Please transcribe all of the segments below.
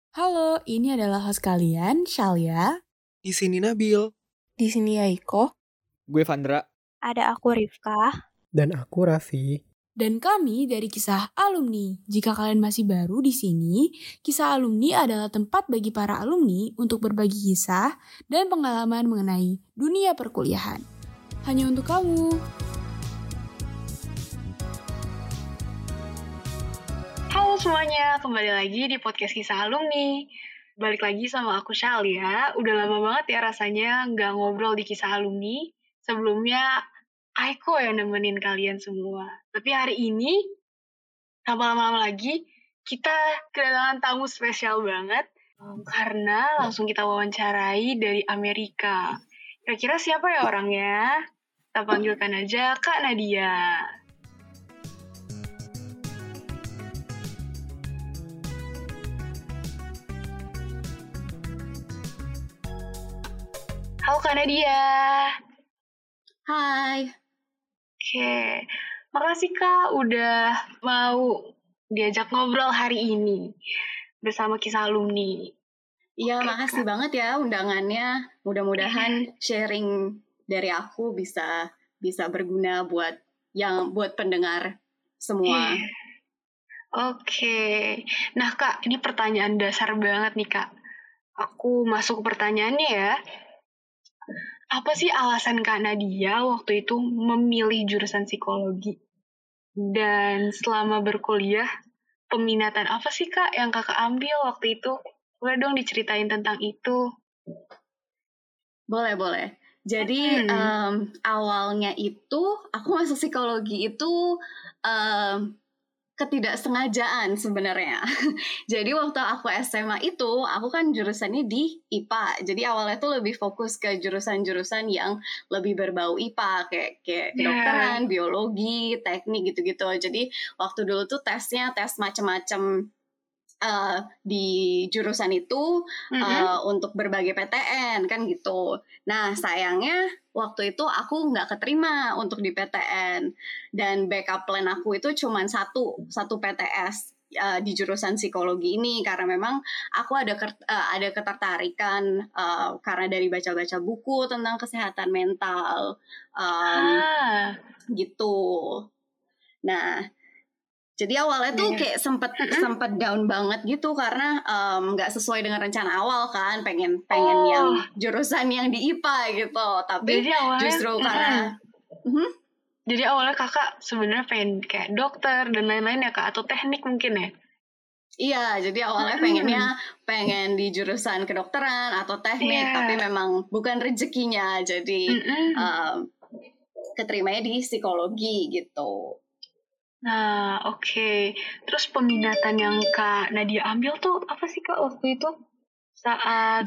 Halo, ini adalah host kalian, Shalia. Di sini Nabil. Di sini Yaiko. Gue Vandra. Ada aku Rifka. Dan aku Raffi. Dan kami dari Kisah Alumni. Jika kalian masih baru di sini, Kisah Alumni adalah tempat bagi para alumni untuk berbagi kisah dan pengalaman mengenai dunia perkuliahan. Hanya untuk kamu. Halo semuanya, kembali lagi di podcast Kisah Alumni. Balik lagi sama aku Shalia. Udah lama banget ya rasanya nggak ngobrol di Kisah Alumni. Sebelumnya Aiko yang nemenin kalian semua. Tapi hari ini, tanpa lama-lama lagi, kita kedatangan tamu spesial banget. Karena langsung kita wawancarai dari Amerika. Kira-kira siapa ya orangnya? Kita panggilkan aja Kak Nadia. Halo Kak Nadia. Hai. Oke, makasih Kak udah mau diajak ngobrol hari ini bersama Kisah Alumni. Iya, Oke, makasih Kak. banget ya undangannya. Mudah-mudahan sharing dari aku bisa berguna buat pendengar semua. Oke, nah Kak, ini pertanyaan dasar banget nih Kak. Aku masuk ke pertanyaannya ya. Apa sih alasan Kak Nadia waktu itu memilih jurusan psikologi? Dan selama berkuliah, peminatan apa sih Kak yang Kakak ambil waktu itu? Boleh dong diceritain tentang itu. Boleh. Jadi awalnya itu aku masuk psikologi itu ketidaksengajaan sebenarnya. Jadi waktu aku SMA itu, aku kan jurusannya di IPA. Jadi awalnya tuh lebih fokus ke jurusan-jurusan yang lebih berbau IPA, kayak kedokteran, biologi, teknik gitu-gitu. Jadi waktu dulu tuh tes macam-macam di jurusan itu untuk berbagai PTN kan gitu. Nah sayangnya waktu itu aku nggak keterima untuk di PTN dan backup plan aku itu cuma satu PTS di jurusan psikologi ini karena memang aku ada ketertarikan karena dari baca-baca buku tentang kesehatan mental gitu. Nah jadi awalnya tuh kayak sempet down banget gitu karena nggak sesuai dengan rencana awal kan, pengen yang jurusan yang di IPA gitu, tapi awalnya, justru karena jadi awalnya kakak sebenarnya pengen kayak dokter dan lain-lain ya Kak, atau teknik mungkin ya? Iya, jadi awalnya pengen di jurusan kedokteran atau teknik, tapi memang bukan rezekinya, jadi keterimanya di psikologi gitu. Nah, oke. Terus peminatan yang Kak Nadia ambil tuh apa sih Kak waktu itu? Saat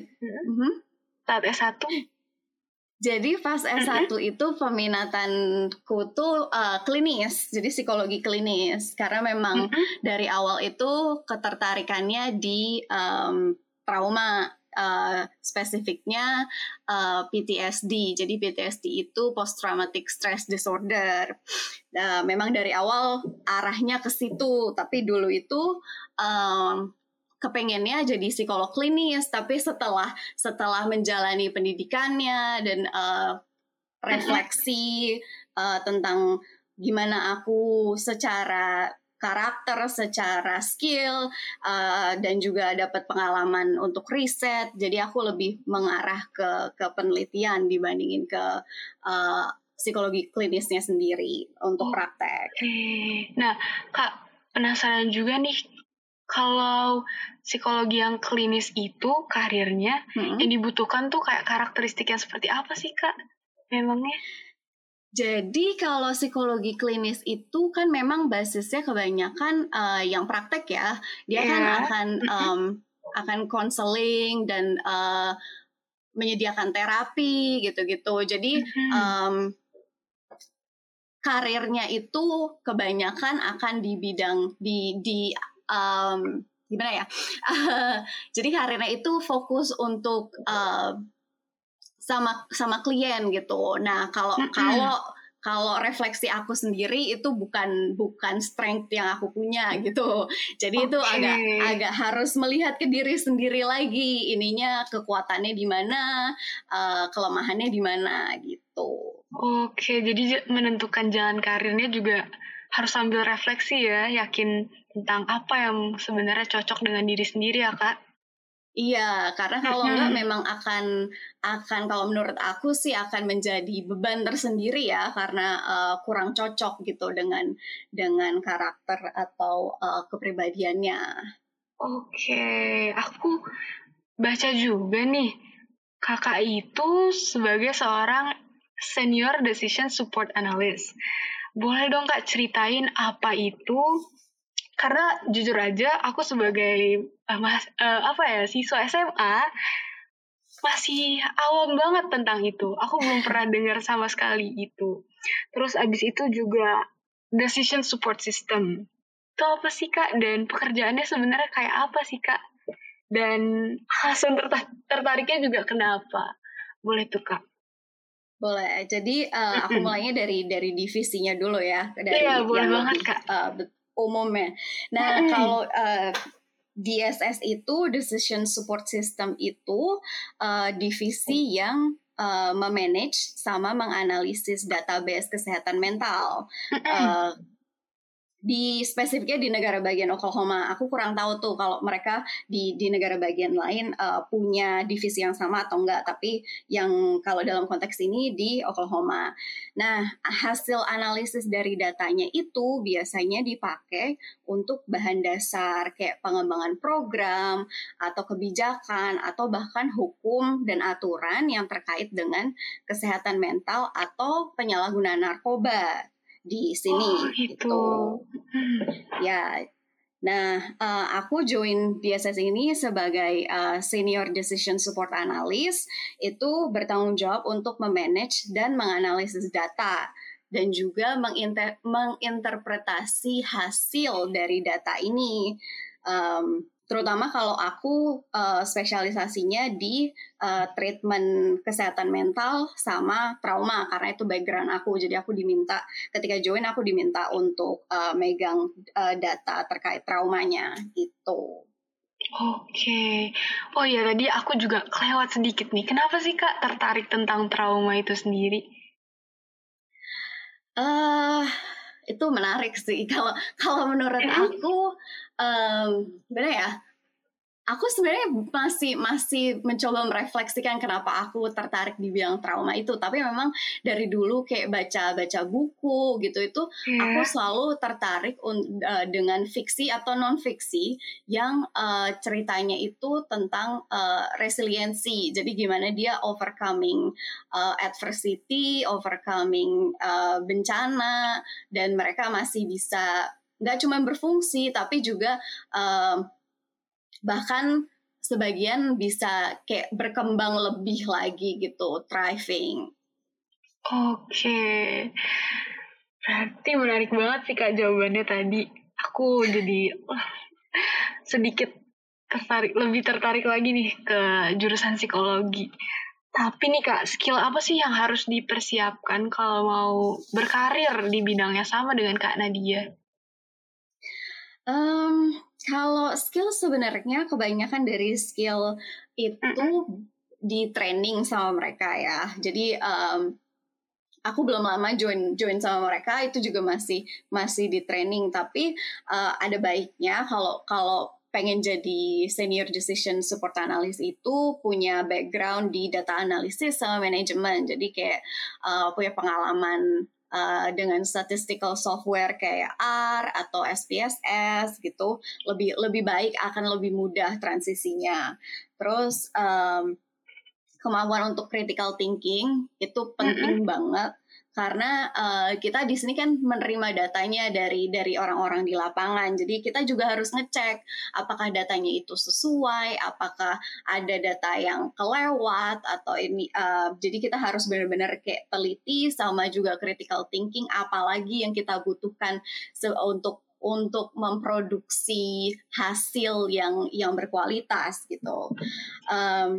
S1? Jadi pas S1 itu peminatanku tuh klinis, jadi psikologi klinis. Karena memang dari awal itu ketertarikannya di trauma, spesifiknya PTSD. Jadi PTSD itu Post Traumatic Stress Disorder. Memang dari awal arahnya ke situ, tapi dulu itu kepengennya jadi psikolog klinis, tapi setelah menjalani pendidikannya dan refleksi tentang gimana aku secara karakter, secara skill, dan juga dapat pengalaman untuk riset. Jadi aku lebih mengarah ke penelitian dibandingin ke psikologi klinisnya sendiri untuk praktek. Nah, Kak, penasaran juga nih, kalau psikologi yang klinis itu karirnya yang dibutuhkan tuh kayak karakteristik yang seperti apa sih Kak? Memangnya? Jadi kalau psikologi klinis itu kan memang basisnya kebanyakan yang praktek ya. Dia kan akan konseling dan menyediakan terapi gitu-gitu. Jadi karirnya itu kebanyakan akan di bidang gimana ya? Jadi karirnya itu fokus untuk sama klien gitu. Nah, kalau kalau refleksi aku sendiri itu bukan strength yang aku punya gitu. Jadi itu agak harus melihat ke diri sendiri lagi, ininya kekuatannya di mana, kelemahannya di mana gitu. Oke, jadi menentukan jalan karirnya juga harus sambil refleksi ya, yakin tentang apa yang sebenarnya cocok dengan diri sendiri ya Kak. Iya, karena kalau enggak memang akan kalau menurut aku sih akan menjadi beban tersendiri ya, karena kurang cocok gitu dengan karakter atau kepribadiannya. Oke, aku baca juga nih, Kakak itu sebagai seorang Senior Decision Support Analyst. Boleh dong Kak ceritain apa itu? Karena jujur aja aku sebagai siswa SMA masih awam banget tentang itu. Aku belum pernah dengar sama sekali itu. Terus abis itu juga decision support system. Itu apa sih Kak? Dan pekerjaannya sebenarnya kayak apa sih Kak? Dan alasan tertariknya juga kenapa? Boleh tuh Kak? Boleh. Jadi aku mulainya dari divisinya dulu ya, Iya, boleh yang banget lebih Kak. umumnya. Nah, kalau DSS itu Decision Support System itu divisi yang memanage sama menganalisis database kesehatan mental. Di spesifiknya di negara bagian Oklahoma, aku kurang tahu tuh kalau mereka di negara bagian lain punya divisi yang sama atau enggak, tapi yang kalau dalam konteks ini di Oklahoma. Nah, hasil analisis dari datanya itu biasanya dipakai untuk bahan dasar kayak pengembangan program atau kebijakan atau bahkan hukum dan aturan yang terkait dengan kesehatan mental atau penyalahgunaan narkoba di sini gitu. Ya. Nah, aku join DSS ini sebagai Senior Decision Support Analyst, itu bertanggung jawab untuk memanage dan menganalisis data dan juga menginterpretasi hasil dari data ini. Terutama kalau aku spesialisasinya di treatment kesehatan mental sama trauma, karena itu background aku. Jadi aku ketika join aku diminta untuk megang data terkait traumanya gitu. Oke. Oh iya, tadi aku juga kelewat sedikit nih. Kenapa sih Kak tertarik tentang trauma itu sendiri? Itu menarik sih. Kalau menurut aku, benar ya. Aku sebenarnya masih mencoba merefleksikan kenapa aku tertarik di bidang trauma itu. Tapi memang dari dulu kayak baca buku gitu itu, aku selalu tertarik dengan fiksi atau non fiksi yang ceritanya itu tentang resiliensi. Jadi gimana dia overcoming adversity, overcoming bencana, dan mereka masih bisa nggak cuma berfungsi tapi juga bahkan sebagian bisa kayak berkembang lebih lagi gitu, thriving. Oke. Berarti menarik banget sih Kak jawabannya tadi. Aku jadi sedikit lebih tertarik lagi nih ke jurusan psikologi. Tapi nih Kak, skill apa sih yang harus dipersiapkan kalau mau berkarir di bidangnya sama dengan Kak Nadia? Kalau skill sebenarnya kebanyakan dari skill itu di training sama mereka ya. Jadi aku belum lama join sama mereka, itu juga masih di training. Tapi ada baiknya kalau pengen jadi Senior Decision Support Analyst itu punya background di data analysis sama manajemen. Jadi kayak punya pengalaman dengan statistical software kayak R atau SPSS gitu, lebih baik, akan lebih mudah transisinya. Terus kemampuan untuk critical thinking itu penting banget, karena kita di sini kan menerima datanya dari orang-orang di lapangan. Jadi kita juga harus ngecek apakah datanya itu sesuai, apakah ada data yang kelewat atau ini. Jadi kita harus benar-benar kayak teliti sama juga critical thinking, apalagi yang kita butuhkan untuk memproduksi hasil yang berkualitas gitu.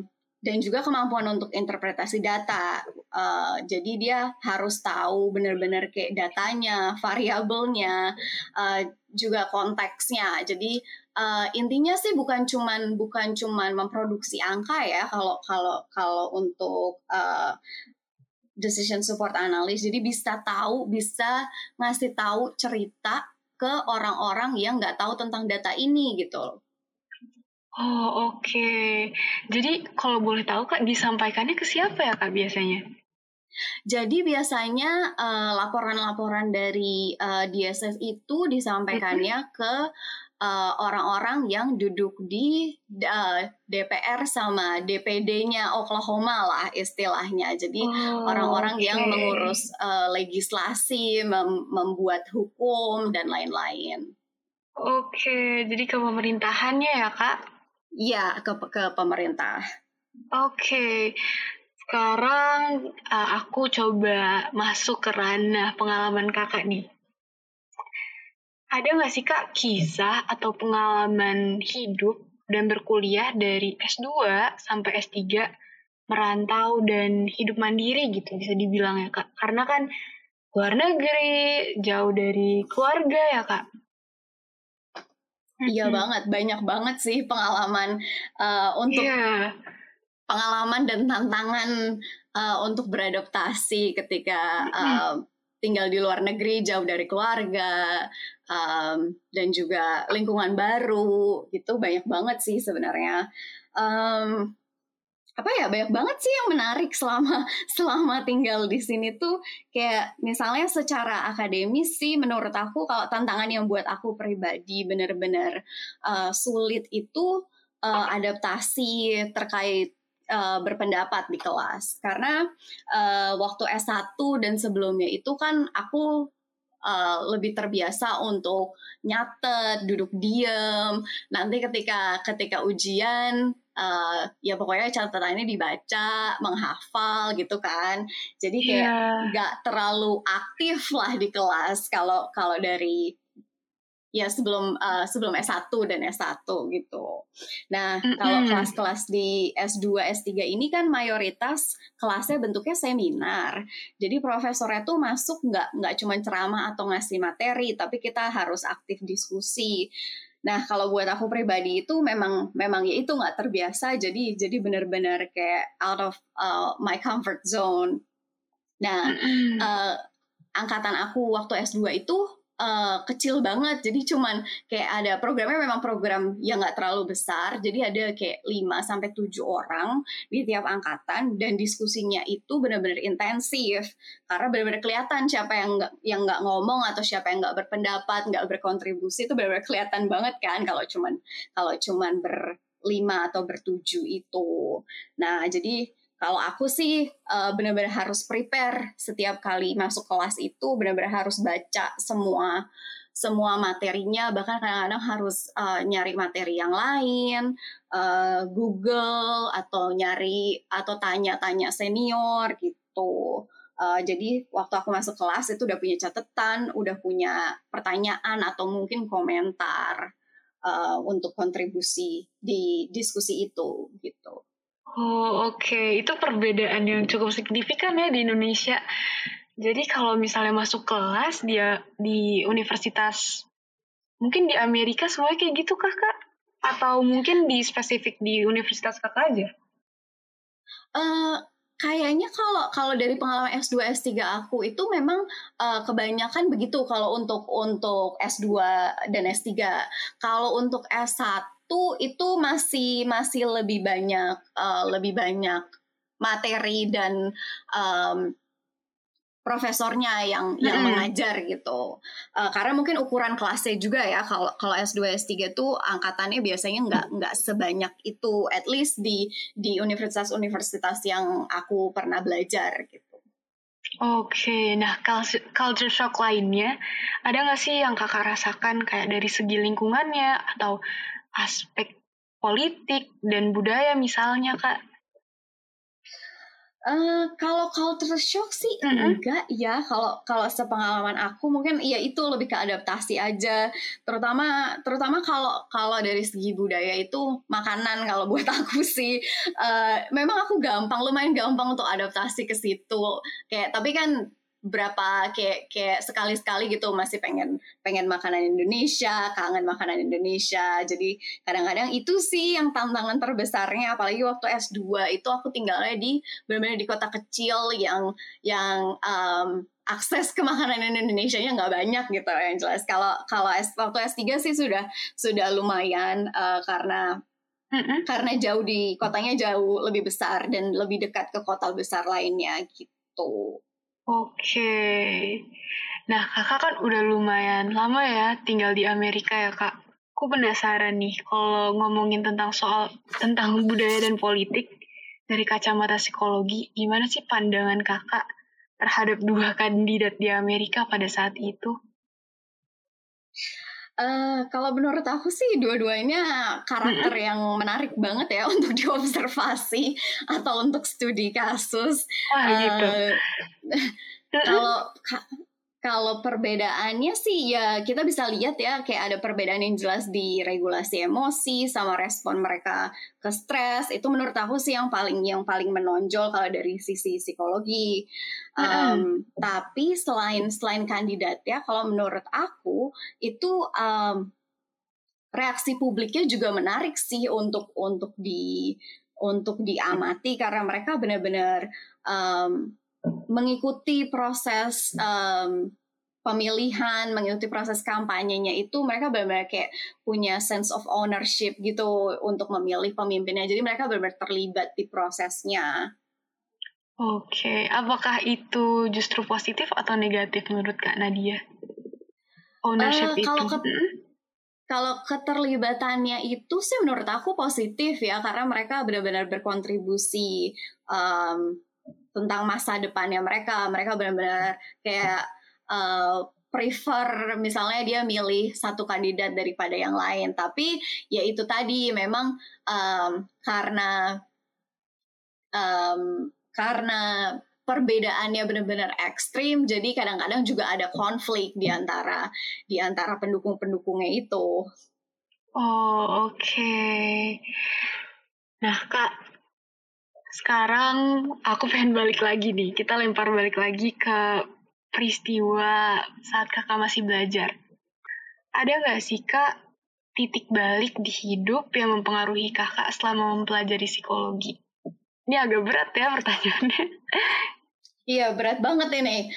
dan juga kemampuan untuk interpretasi data. Jadi dia harus tahu benar-benar kayak datanya, variabelnya, juga konteksnya. Jadi intinya sih bukan cuman memproduksi angka ya kalau untuk decision support analyst. Jadi bisa ngasih tahu cerita ke orang-orang yang nggak tahu tentang data ini gitu. Oh, oke. Jadi kalau boleh tahu Kak, disampaikannya ke siapa ya Kak biasanya? Jadi biasanya laporan-laporan dari DSS itu disampaikannya ke orang-orang yang duduk di DPR sama DPD-nya Oklahoma lah istilahnya. Jadi orang-orang yang mengurus legislasi, membuat hukum dan lain-lain. Oke, jadi ke pemerintahannya ya Kak? Iya, ke pemerintah. Oke. Sekarang aku coba masuk ke ranah pengalaman Kakak nih. Ada nggak sih Kak kisah atau pengalaman hidup dan berkuliah dari S2 sampai S3 merantau dan hidup mandiri gitu bisa dibilang ya Kak? Karena kan luar negeri, jauh dari keluarga ya Kak? Iya banget, banyak banget sih pengalaman untuk pengalaman dan tantangan untuk beradaptasi ketika tinggal di luar negeri, jauh dari keluarga, dan juga lingkungan baru. Itu banyak banget sih sebenarnya. Banyak banget sih yang menarik selama tinggal di sini tuh. Kayak misalnya secara akademis sih menurut aku kalau tantangan yang buat aku pribadi benar-benar sulit itu adaptasi terkait berpendapat di kelas. Karena waktu S1 dan sebelumnya itu kan aku lebih terbiasa untuk nyatet, duduk diem. Nanti ketika ujian, ya pokoknya catatannya dibaca, menghafal gitu kan. Jadi kayak nggak terlalu aktif lah di kelas kalau dari ya sebelum S1 dan S1 gitu. Nah, kalau kelas-kelas di S2, S3 ini kan mayoritas kelasnya bentuknya seminar. Jadi profesornya tuh masuk nggak cuma ceramah atau ngasih materi, tapi kita harus aktif diskusi. Nah, kalau buat aku pribadi itu memang ya itu nggak terbiasa, jadi benar-benar kayak out of my comfort zone. Nah, angkatan aku waktu S2 itu kecil banget, jadi cuman kayak ada programnya memang program yang nggak terlalu besar, jadi ada kayak 5-7 orang di tiap angkatan dan diskusinya itu benar-benar intensif karena benar-benar kelihatan siapa yang nggak ngomong atau siapa yang nggak berpendapat, nggak berkontribusi, itu benar-benar kelihatan banget kan kalau cuman berlima atau bertujuh itu. Nah, jadi kalau aku sih benar-benar harus prepare setiap kali masuk kelas itu, benar-benar harus baca semua materinya, bahkan kadang-kadang harus nyari materi yang lain, Google atau tanya-tanya senior gitu. Jadi waktu aku masuk kelas itu udah punya catatan, udah punya pertanyaan atau mungkin komentar untuk kontribusi di diskusi itu gitu. Oh, oke. Itu perbedaan yang cukup signifikan ya di Indonesia. Jadi kalau misalnya masuk kelas dia di universitas, mungkin di Amerika semuanya kayak gitu kah, Kak? Atau mungkin di spesifik di universitas Kakak aja? Kayaknya kalau dari pengalaman S2, S3 aku itu memang kebanyakan begitu kalau untuk S2 dan S3. Kalau untuk S1 itu masih lebih banyak materi dan profesornya yang mengajar gitu. Karena mungkin ukuran kelasnya juga ya, kalau S2, S3 tuh angkatannya biasanya nggak sebanyak itu, at least di universitas-universitas yang aku pernah belajar gitu. Oke, nah culture shock lainnya, ada nggak sih yang Kakak rasakan kayak dari segi lingkungannya atau aspek politik dan budaya misalnya, Kak? Kalau culture shock sih enggak ya. Kalau sepengalaman aku mungkin ya itu lebih ke adaptasi aja. Terutama kalau dari segi budaya itu makanan kalau buat aku sih memang aku lumayan gampang untuk adaptasi ke situ. Tapi kan kayak sekali-sekali gitu masih pengen makanan Indonesia, kangen makanan Indonesia. Jadi kadang-kadang itu sih yang tantangan terbesarnya, apalagi waktu S2 itu aku tinggalnya di benar-benar di kota kecil yang akses ke makanan Indonesia-nya nggak banyak gitu. Yang jelas waktu S3 sih sudah lumayan karena jauh di kotanya jauh lebih besar dan lebih dekat ke kota besar lainnya gitu. Oke. Nah, kakak kan udah lumayan lama ya tinggal di Amerika ya, Kak. Aku penasaran nih, kalau ngomongin tentang budaya dan politik, dari kacamata psikologi, gimana sih pandangan kakak terhadap dua kandidat di Amerika pada saat itu? Kalau menurut aku sih dua-duanya karakter yang menarik banget ya untuk diobservasi atau untuk studi kasus. Gitu. Kalau perbedaannya sih ya kita bisa lihat ya kayak ada perbedaan yang jelas di regulasi emosi sama respon mereka ke stres. Itu menurut aku sih yang paling menonjol kalau dari sisi psikologi. Tapi selain kandidat ya, kalau menurut aku itu reaksi publiknya juga menarik sih untuk diamati karena mereka benar-benar mengikuti proses pemilihan, mengikuti proses kampanyenya itu mereka benar-benar kayak punya sense of ownership gitu untuk memilih pemimpinnya. Jadi mereka benar-benar terlibat di prosesnya. Oke, apakah itu justru positif atau negatif menurut Kak Nadia? Ownership itu. Kalau keterlibatannya itu sih menurut aku positif ya, karena mereka benar-benar berkontribusi tentang masa depannya mereka. Mereka benar-benar kayak prefer misalnya dia milih satu kandidat daripada yang lain. Tapi ya itu tadi memang karena perbedaannya benar-benar ekstrim, jadi kadang-kadang juga ada konflik di antara pendukung-pendukungnya itu. Oh, oke. Nah, Kak, sekarang aku pengen balik lagi nih. Kita lempar balik lagi ke peristiwa saat kakak masih belajar. Ada nggak sih, Kak, titik balik di hidup yang mempengaruhi kakak selama mempelajari psikologi? Ini agak berat ya pertanyaannya. Iya, berat banget ini.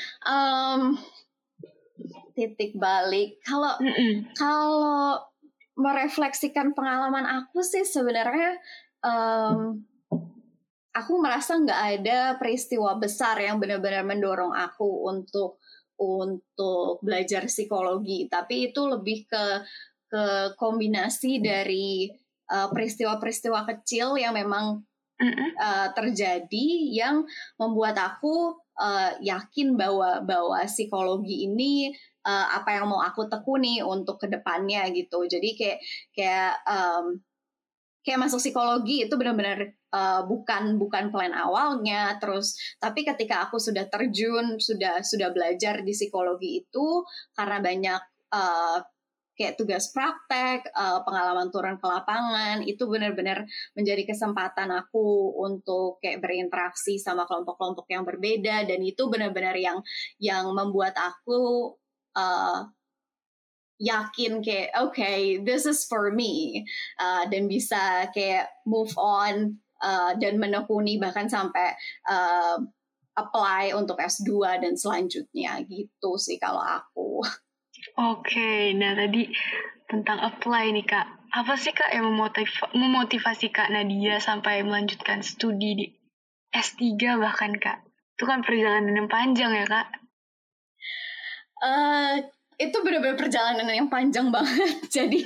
Titik balik. Kalau merefleksikan pengalaman aku sih sebenarnya aku merasa nggak ada peristiwa besar yang benar-benar mendorong aku untuk belajar psikologi. Tapi itu lebih ke kombinasi dari peristiwa-peristiwa kecil yang memang terjadi yang membuat aku yakin bahwa psikologi ini apa yang mau aku tekuni untuk kedepannya gitu. Jadi kayak masuk psikologi itu benar-benar bukan plan awalnya, terus tapi ketika aku sudah terjun, sudah belajar di psikologi itu karena banyak kayak tugas praktek, pengalaman turun ke lapangan, itu benar-benar menjadi kesempatan aku untuk kayak berinteraksi sama kelompok-kelompok yang berbeda, dan itu benar-benar yang membuat aku yakin kayak okay, this is for me, dan bisa kayak move on dan menekuni bahkan sampai apply untuk S2 dan selanjutnya gitu sih kalau aku. Oke, nah tadi tentang apply nih Kak. Apa sih Kak yang memotivasi Kak Nadia sampai melanjutkan studi di S3 bahkan Kak? Itu kan perjalanan yang panjang ya Kak? Itu benar-benar perjalanan yang panjang banget. Jadi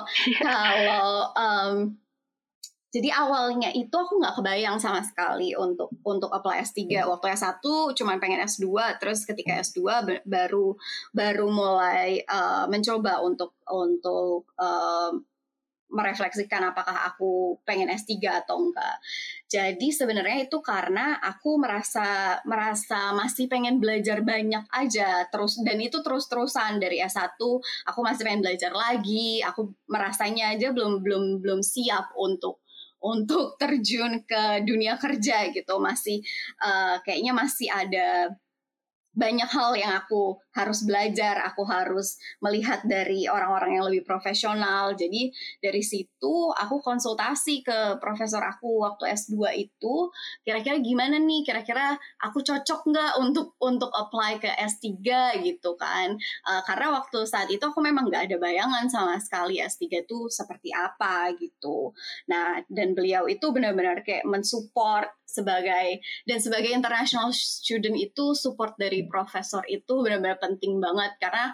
jadi awalnya itu aku nggak kebayang sama sekali untuk apply S3. Waktu S1 cuma pengen S2, terus ketika S2 baru mulai mencoba untuk merefleksikan apakah aku pengen S3 atau enggak. Jadi sebenarnya itu karena aku merasa masih pengen belajar banyak aja dan itu terus-terusan dari S1 aku masih pengen belajar lagi, aku merasanya aja belum siap untuk terjun ke dunia kerja gitu, masih kayaknya masih ada banyak hal yang aku harus belajar, aku harus melihat dari orang-orang yang lebih profesional. Jadi dari situ aku konsultasi ke profesor aku waktu S2 itu, kira-kira gimana nih, kira-kira aku cocok nggak untuk apply ke S3 gitu kan. Karena waktu saat itu aku memang nggak ada bayangan sama sekali S3 itu seperti apa gitu. Nah, dan beliau itu benar-benar kayak mensupport sebagai international student itu, support dari profesor itu benar-benar penting banget karena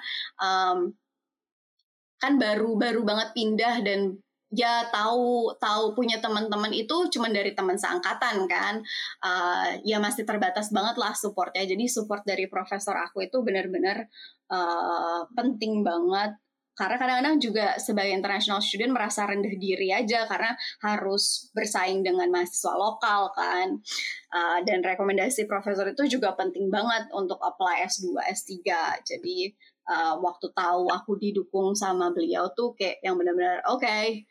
kan baru banget pindah dan ya tahu punya teman-teman itu cuma dari teman seangkatan kan, ya masih terbatas banget lah supportnya. Jadi support dari profesor aku itu benar-benar penting banget. Karena kadang-kadang juga sebagai international student merasa rendah diri aja karena harus bersaing dengan mahasiswa lokal kan. Dan rekomendasi profesor itu juga penting banget untuk apply S2, S3. Jadi waktu tahu aku didukung sama beliau tuh kayak yang benar-benar okay,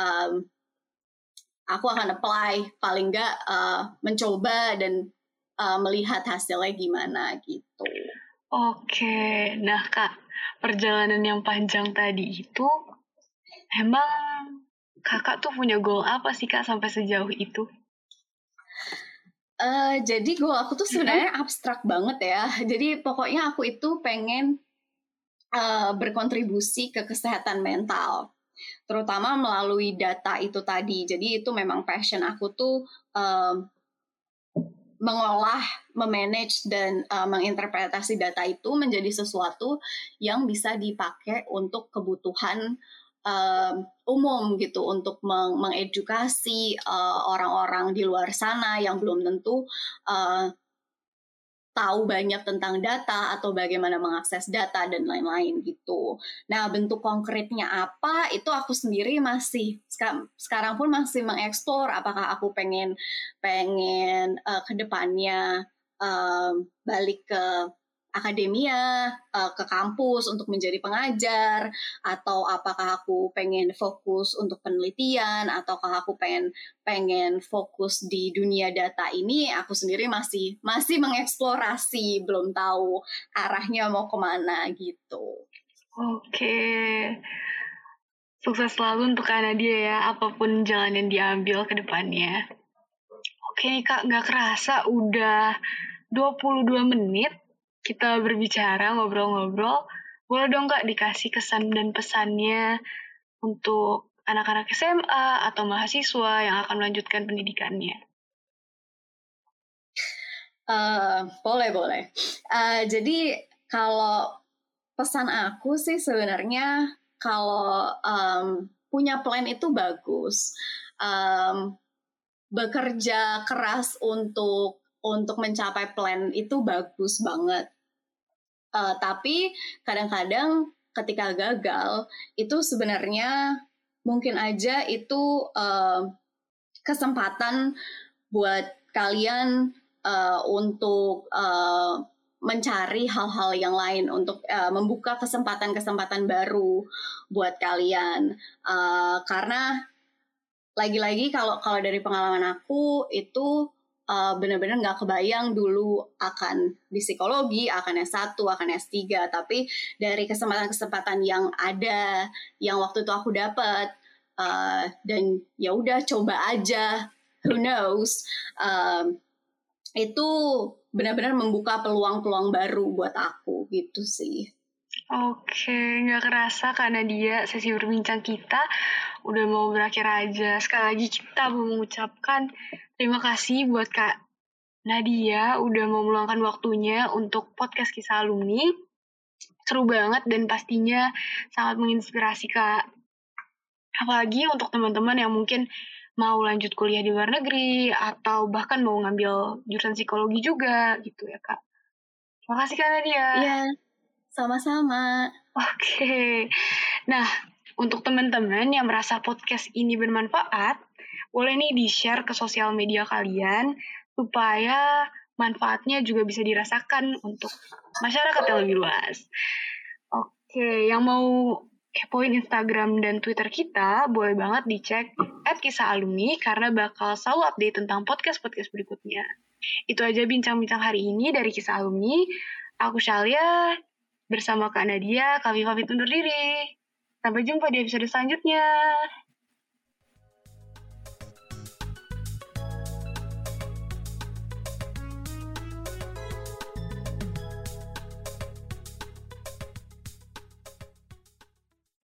aku akan apply, paling nggak mencoba dan melihat hasilnya gimana gitu. Oke, nah Kak, perjalanan yang panjang tadi itu, emang Kakak tuh punya goal apa sih Kak sampai sejauh itu? Jadi goal aku tuh sebenarnya abstrak banget ya. Jadi pokoknya aku itu pengen berkontribusi ke kesehatan mental, terutama melalui data itu tadi. Jadi itu memang passion aku tuh mengolah, memanage, dan menginterpretasi data itu menjadi sesuatu yang bisa dipakai untuk kebutuhan umum gitu, untuk mengedukasi orang-orang di luar sana yang belum tentu tahu banyak tentang data atau bagaimana mengakses data dan lain-lain gitu. Nah, bentuk konkretnya apa itu aku sendiri masih sekarang pun masih mengeksplor apakah aku pengen ke depannya balik ke akademia, ke kampus untuk menjadi pengajar, atau apakah aku pengen fokus untuk penelitian, ataukah aku pengen fokus di dunia data ini. Aku sendiri masih mengeksplorasi, belum tahu arahnya mau kemana gitu. Oke, sukses selalu untuk Kak Nadia ya, apapun jalan yang diambil ke depannya. Oke nih Kak, nggak kerasa udah 22 menit kita berbicara, ngobrol-ngobrol. Boleh dong Kak dikasih kesan dan pesannya untuk anak-anak SMA atau mahasiswa yang akan melanjutkan pendidikannya? Boleh. Jadi kalau pesan aku sih sebenarnya kalau punya plan itu bagus. Bekerja keras untuk mencapai plan itu bagus banget. Tapi kadang-kadang ketika gagal itu sebenarnya mungkin aja itu kesempatan buat kalian untuk mencari hal-hal yang lain, untuk membuka kesempatan-kesempatan baru buat kalian. Karena lagi-lagi kalau dari pengalaman aku itu benar-benar nggak kebayang dulu akan di psikologi, akan S1, akan S3, tapi dari kesempatan-kesempatan yang ada, yang waktu itu aku dapat, dan ya udah coba aja, who knows, itu benar-benar membuka peluang-peluang baru buat aku gitu sih. Oke, nggak kerasa Kak Nadia, sesi berbincang kita udah mau berakhir aja. Sekali lagi kita mau mengucapkan terima kasih buat Kak Nadia udah mau meluangkan waktunya untuk podcast Kisah Alumni. Seru banget dan pastinya sangat menginspirasi Kak. Apalagi untuk teman-teman yang mungkin mau lanjut kuliah di luar negeri atau bahkan mau ngambil jurusan psikologi juga gitu ya Kak. Terima kasih Kak Nadia. Iya, sama-sama. Oke. Nah, Untuk teman-teman yang merasa podcast ini bermanfaat, boleh nih di-share ke sosial media kalian supaya manfaatnya juga bisa dirasakan untuk masyarakat yang lebih luas. Oke, yang mau kepoin Instagram dan Twitter kita, boleh banget dicek @kisah_alumni karena bakal selalu update tentang podcast-podcast berikutnya. Itu aja bincang-bincang hari ini dari Kisah Alumni. Aku Shalia, bersama Kak Nadia, kami pamit undur diri. Sampai jumpa di episode selanjutnya.